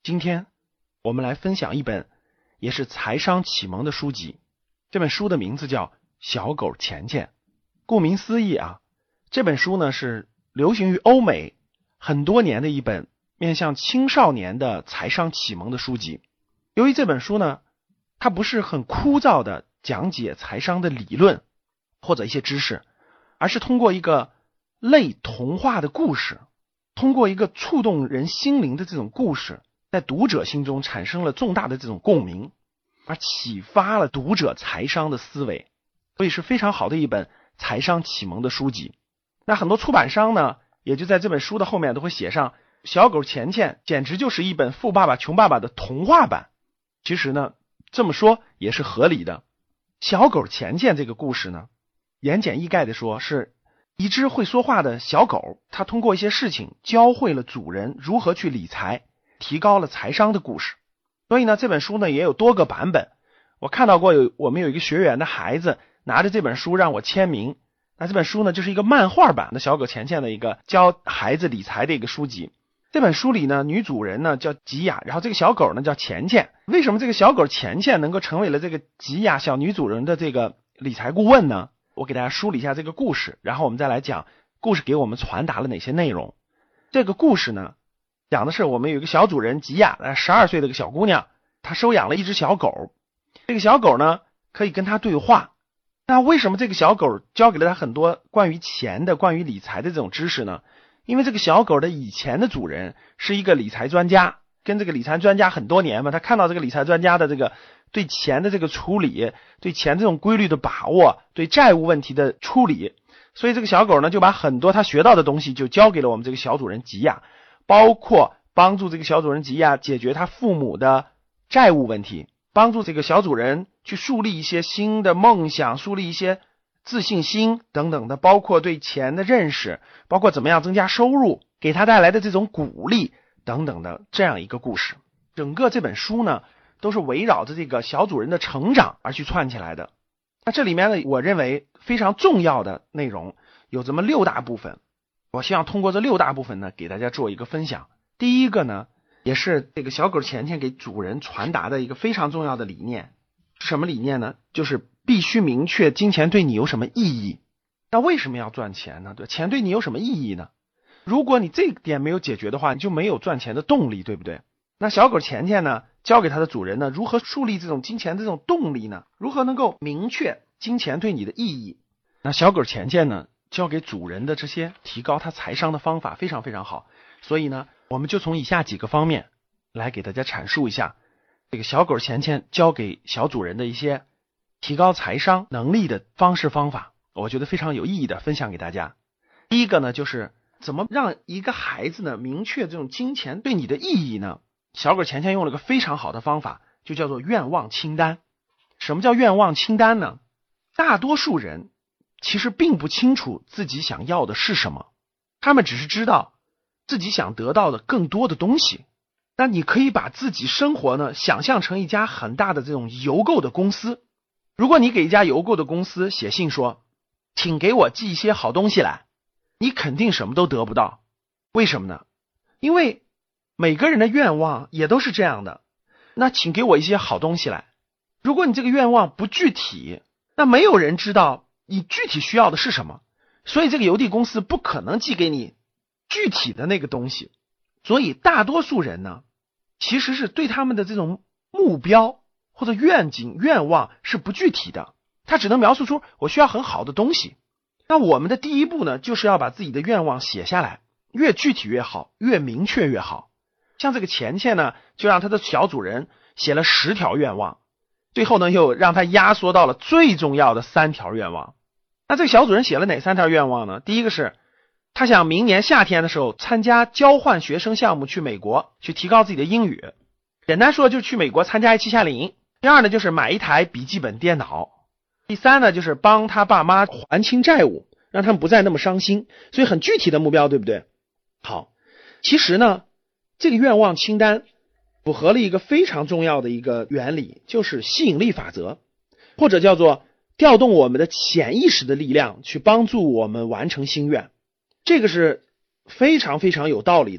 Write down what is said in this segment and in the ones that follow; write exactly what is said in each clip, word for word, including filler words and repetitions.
今天我们来分享一本也是财商启蒙的书籍，这本书的名字叫《小狗钱钱》。顾名思义啊，这本书呢是流行于欧美很多年的一本面向青少年的财商启蒙的书籍。由于这本书呢，它不是很枯燥的讲解财商的理论或者一些知识，而是通过一个类童话的故事，通过一个触动人心灵的这种故事，在读者心中产生了重大的这种共鸣，而启发了读者财商的思维，所以是非常好的一本财商启蒙的书籍。那很多出版商呢，也就在这本书的后面都会写上小狗钱钱简直就是一本富爸爸穷爸爸的童话版。其实呢，这么说也是合理的。小狗钱钱这个故事呢，言简意赅的说，是一只会说话的小狗，它通过一些事情教会了主人如何去理财，提高了财商的故事。所以呢，这本书呢也有多个版本。我看到过有我们有一个学员的孩子拿着这本书让我签名。那这本书呢就是一个漫画版的小狗钱钱的一个教孩子理财的一个书籍。这本书里呢，女主人呢叫吉雅，然后这个小狗呢叫钱钱。为什么这个小狗钱钱能够成为了这个吉雅小女主人的这个理财顾问呢？我给大家梳理一下这个故事，然后我们再来讲故事给我们传达了哪些内容。这个故事呢，讲的是我们有一个小主人吉雅，十二岁的一个小姑娘，她收养了一只小狗。这个小狗呢可以跟她对话。那为什么这个小狗教给了她很多关于钱的关于理财的这种知识呢？因为这个小狗的以前的主人是一个理财专家，跟这个理财专家很多年嘛，他看到这个理财专家的这个对钱的这个处理，对钱这种规律的把握，对债务问题的处理，所以这个小狗呢就把很多他学到的东西就交给了我们这个小主人吉亚，包括帮助这个小主人吉亚解决他父母的债务问题，帮助这个小主人去树立一些新的梦想，树立一些自信心等等的，包括对钱的认识，包括怎么样增加收入，给他带来的这种鼓励等等的这样一个故事。整个这本书呢都是围绕着这个小主人的成长而去串起来的。那这里面呢，我认为非常重要的内容有这么六大部分，我希望通过这六大部分呢给大家做一个分享。第一个呢，也是这个小狗钱钱给主人传达的一个非常重要的理念。什么理念呢？就是必须明确金钱对你有什么意义。那为什么要赚钱呢？对，钱对你有什么意义呢？如果你这点没有解决的话，你就没有赚钱的动力，对不对？那小狗钱钱呢，教给他的主人呢，如何树立这种金钱的这种动力呢？如何能够明确金钱对你的意义？那小狗钱钱呢，教给主人的这些提高他财商的方法非常非常好。所以呢，我们就从以下几个方面来给大家阐述一下这个小狗钱钱教给小主人的一些提高财商能力的方式方法，我觉得非常有意义的分享给大家。第一个呢，就是怎么让一个孩子呢明确这种金钱对你的意义呢？小狗钱钱用了个非常好的方法，就叫做愿望清单。什么叫愿望清单呢？大多数人其实并不清楚自己想要的是什么，他们只是知道自己想得到的更多的东西。那你可以把自己生活呢想象成一家很大的这种邮购的公司。如果你给一家邮购的公司写信说，请给我寄一些好东西来，你肯定什么都得不到。为什么呢？因为每个人的愿望也都是这样的。那请给我一些好东西来，如果你这个愿望不具体，那没有人知道你具体需要的是什么，所以这个邮递公司不可能寄给你具体的那个东西。所以大多数人呢，其实是对他们的这种目标或者愿景愿望是不具体的，他只能描述出我需要很好的东西。那我们的第一步呢，就是要把自己的愿望写下来，越具体越好，越明确越好。像这个钱钱呢，就让他的小主人写了十条愿望，最后呢又让他压缩到了最重要的三条愿望。那这个小主人写了哪三条愿望呢？第一个是他想明年夏天的时候参加交换学生项目去美国，去提高自己的英语。简单说就是去美国参加一期夏令营。第二呢，就是买一台笔记本电脑。第三呢，就是帮他爸妈还清债务，让他们不再那么伤心。所以很具体的目标，对不对？好，其实呢，这个愿望清单符合了一个非常重要的一个原理，就是吸引力法则，或者叫做调动我们的潜意识的力量去帮助我们完成心愿。这个是非常非常有道理的啊。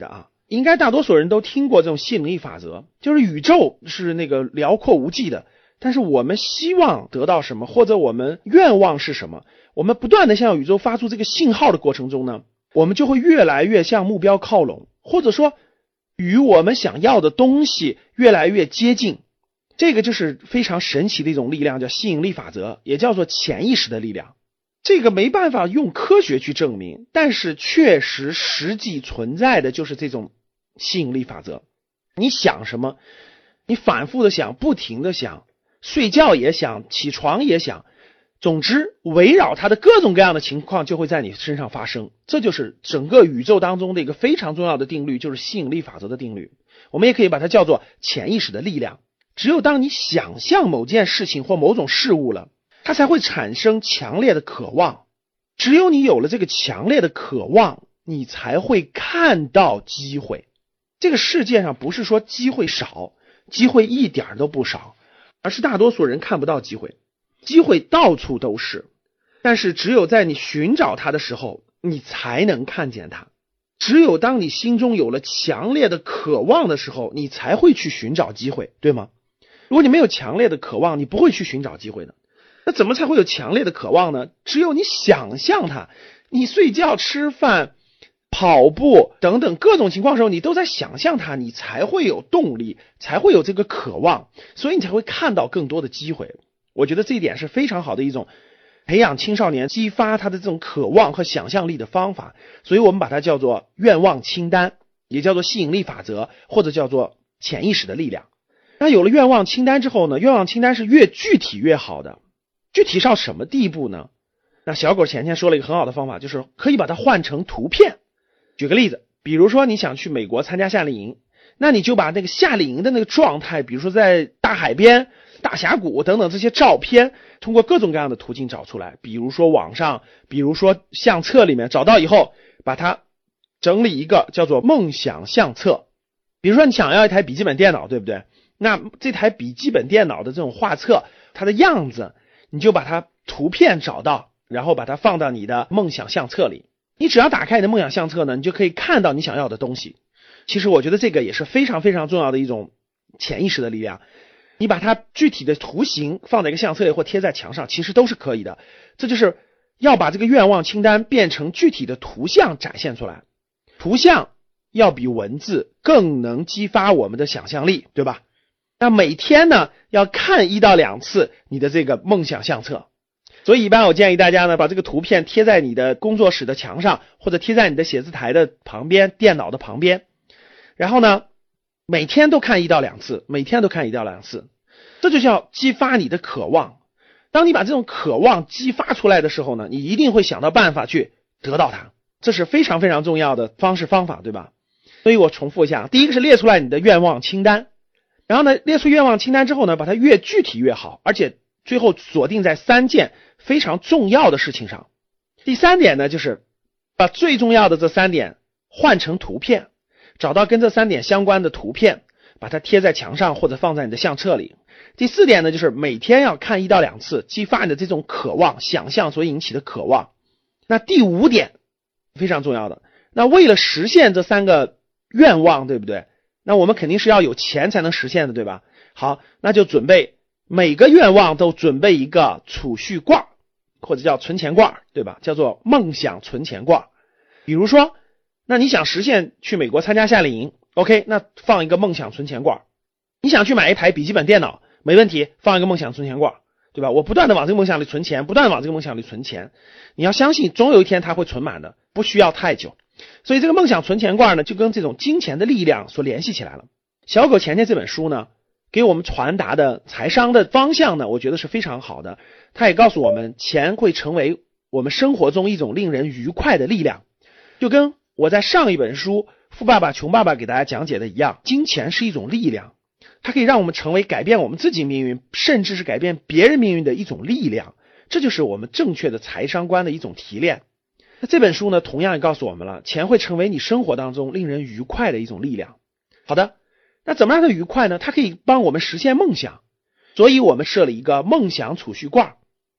应该大多数人都听过这种吸引力法则，就是宇宙是那个辽阔无际的，但是我们希望得到什么，或者我们愿望是什么，我们不断的向宇宙发出这个信号的过程中呢，我们就会越来越向目标靠拢，或者说与我们想要的东西越来越接近。这个就是非常神奇的一种力量，叫吸引力法则，也叫做潜意识的力量。这个没办法用科学去证明，但是确实实际存在的就是这种吸引力法则。你想什么，你反复的想，不停的想，睡觉也想，起床也想，总之围绕它的各种各样的情况就会在你身上发生。这就是整个宇宙当中的一个非常重要的定律，就是吸引力法则的定律。我们也可以把它叫做潜意识的力量。只有当你想象某件事情或某种事物了，它才会产生强烈的渴望。只有你有了这个强烈的渴望，你才会看到机会。这个世界上不是说机会少，机会一点都不少，而是大多数人看不到机会。机会到处都是，但是只有在你寻找它的时候，你才能看见它。只有当你心中有了强烈的渴望的时候，你才会去寻找机会，对吗？如果你没有强烈的渴望，你不会去寻找机会的。那怎么才会有强烈的渴望呢？只有你想象它，你睡觉、吃饭、跑步等等各种情况的时候，你都在想象它，你才会有动力，才会有这个渴望，所以你才会看到更多的机会。我觉得这一点是非常好的一种培养青少年、激发他的这种渴望和想象力的方法，所以我们把它叫做愿望清单，也叫做吸引力法则，或者叫做潜意识的力量。那有了愿望清单之后呢，愿望清单是越具体越好的。具体到什么地步呢？那小狗前天说了一个很好的方法，就是可以把它换成图片。举个例子，比如说你想去美国参加夏令营，那你就把那个夏令营的那个状态，比如说在大海边、大峡谷等等这些照片，通过各种各样的途径找出来，比如说网上，比如说相册里面找到以后，把它整理一个叫做梦想相册。比如说你想要一台笔记本电脑，对不对？那这台笔记本电脑的这种画册，它的样子，你就把它图片找到，然后把它放到你的梦想相册里。你只要打开你的梦想相册呢，你就可以看到你想要的东西。其实我觉得这个也是非常非常重要的一种潜意识的力量。你把它具体的图形放在一个相册里或贴在墙上，其实都是可以的。这就是要把这个愿望清单变成具体的图像展现出来。图像要比文字更能激发我们的想象力，对吧？那每天呢，要看一到两次你的这个梦想相册。所以一般我建议大家呢，把这个图片贴在你的工作室的墙上，或者贴在你的写字台的旁边、电脑的旁边。然后呢，每天都看一到两次，每天都看一到两次。这就叫激发你的渴望。当你把这种渴望激发出来的时候呢，你一定会想到办法去得到它。这是非常非常重要的方式方法，对吧？所以我重复一下，第一个是列出来你的愿望清单。然后呢，列出愿望清单之后呢，把它越具体越好，而且最后锁定在三件非常重要的事情上。第三点呢，就是把最重要的这三点换成图片，找到跟这三点相关的图片，把它贴在墙上或者放在你的相册里。第四点呢，就是每天要看一到两次，激发你的这种渴望、想象所引起的渴望。那第五点非常重要的，那为了实现这三个愿望，对不对？那我们肯定是要有钱才能实现的，对吧？好，那就准备每个愿望都准备一个储蓄罐，或者叫存钱罐，对吧？叫做梦想存钱罐。比如说，那你想实现去美国参加夏令营 ，OK， 那放一个梦想存钱罐。你想去买一台笔记本电脑，没问题，放一个梦想存钱罐，对吧？我不断的往这个梦想里存钱，不断的往这个梦想里存钱。你要相信，总有一天它会存满的，不需要太久。所以这个梦想存钱罐呢，就跟这种金钱的力量所联系起来了。小狗钱钱这本书呢，给我们传达的财商的方向呢，我觉得是非常好的。它也告诉我们，钱会成为我们生活中一种令人愉快的力量。就跟我在上一本书《富爸爸穷爸爸》给大家讲解的一样，金钱是一种力量，它可以让我们成为改变我们自己命运，甚至是改变别人命运的一种力量。这就是我们正确的财商观的一种提炼。那这本书呢，同样也告诉我们了，钱会成为你生活当中令人愉快的一种力量。好的，那怎么让它愉快呢？它可以帮我们实现梦想，所以我们设了一个梦想储蓄罐。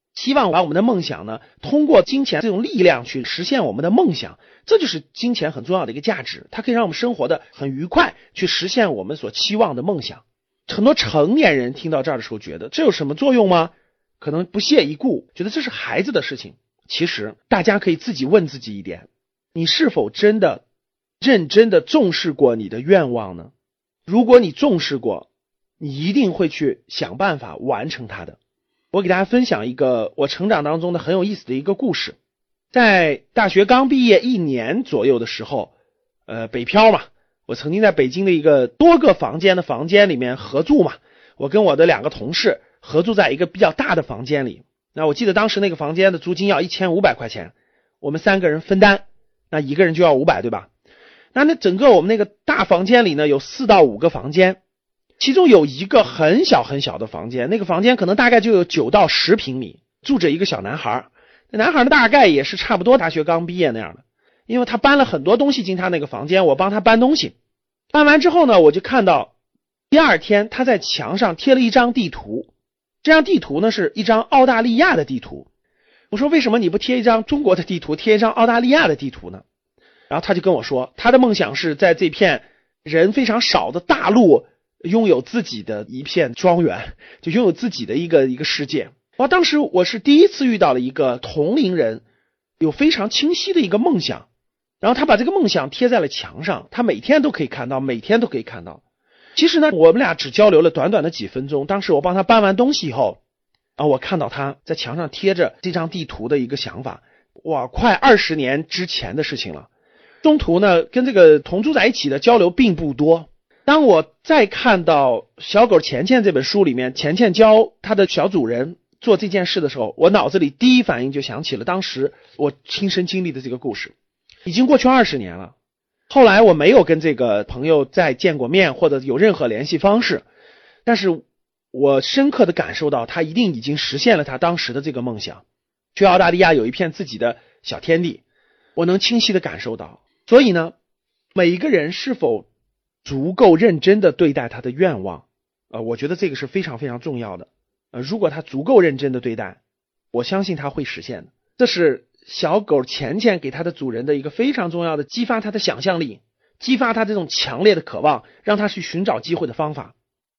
希望把我们的梦想呢，通过金钱这种力量去实现我们的梦想，这就是金钱很重要的一个价值，它可以让我们生活的很愉快，去实现我们所期望的梦想。很多成年人听到这儿的时候觉得这有什么作用吗？可能不屑一顾，觉得这是孩子的事情。其实大家可以自己问自己一点，你是否真的认真的重视过你的愿望呢？如果你重视过，你一定会去想办法完成它的。我给大家分享一个我成长当中的很有意思的一个故事。在大学刚毕业一年左右的时候，呃，北漂嘛，我曾经在北京的一个多个房间的房间里面合住嘛，我跟我的两个同事合住在一个比较大的房间里。那我记得当时那个房间的租金要一千五百块钱，我们三个人分担，那一个人就要五百，对吧？那那整个我们那个大房间里呢，有四到五个房间，其中有一个很小很小的房间，那个房间可能大概就有九到十平米，住着一个小男孩。那男孩呢，大概也是差不多大学刚毕业那样的，因为他搬了很多东西进他那个房间，我帮他搬东西。搬完之后呢，我就看到第二天他在墙上贴了一张地图，这张地图呢是一张澳大利亚的地图。我说为什么你不贴一张中国的地图，贴一张澳大利亚的地图呢？然后他就跟我说，他的梦想是在这片人非常少的大陆拥有自己的一片庄园，就拥有自己的一个一个世界。哇，当时我是第一次遇到了一个同龄人有非常清晰的一个梦想，然后他把这个梦想贴在了墙上，他每天都可以看到，每天都可以看到。其实呢，我们俩只交流了短短的几分钟，当时我帮他搬完东西以后啊，我看到他在墙上贴着这张地图的一个想法，哇，快二十年之前的事情了。中途呢，跟这个同住在一起的交流并不多。当我再看到《小狗钱钱》这本书里面，钱钱教他的小主人做这件事的时候，我脑子里第一反应就想起了当时我亲身经历的这个故事。已经过去二十年了，后来我没有跟这个朋友再见过面，或者有任何联系方式，但是我深刻的感受到他一定已经实现了他当时的这个梦想，去澳大利亚有一片自己的小天地，我能清晰的感受到。所以呢，每一个人是否足够认真的对待他的愿望，呃，我觉得这个是非常非常重要的。呃，如果他足够认真的对待，我相信他会实现的。这是小狗钱钱给他的主人的一个非常重要的激发他的想象力，激发他这种强烈的渴望，让他去寻找机会的方法。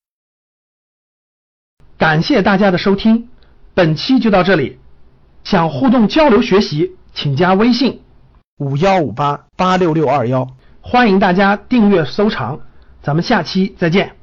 感谢大家的收听，本期就到这里。想互动交流学习，请加微信五幺五八八六六二幺， 欢迎大家订阅收藏，咱们下期再见。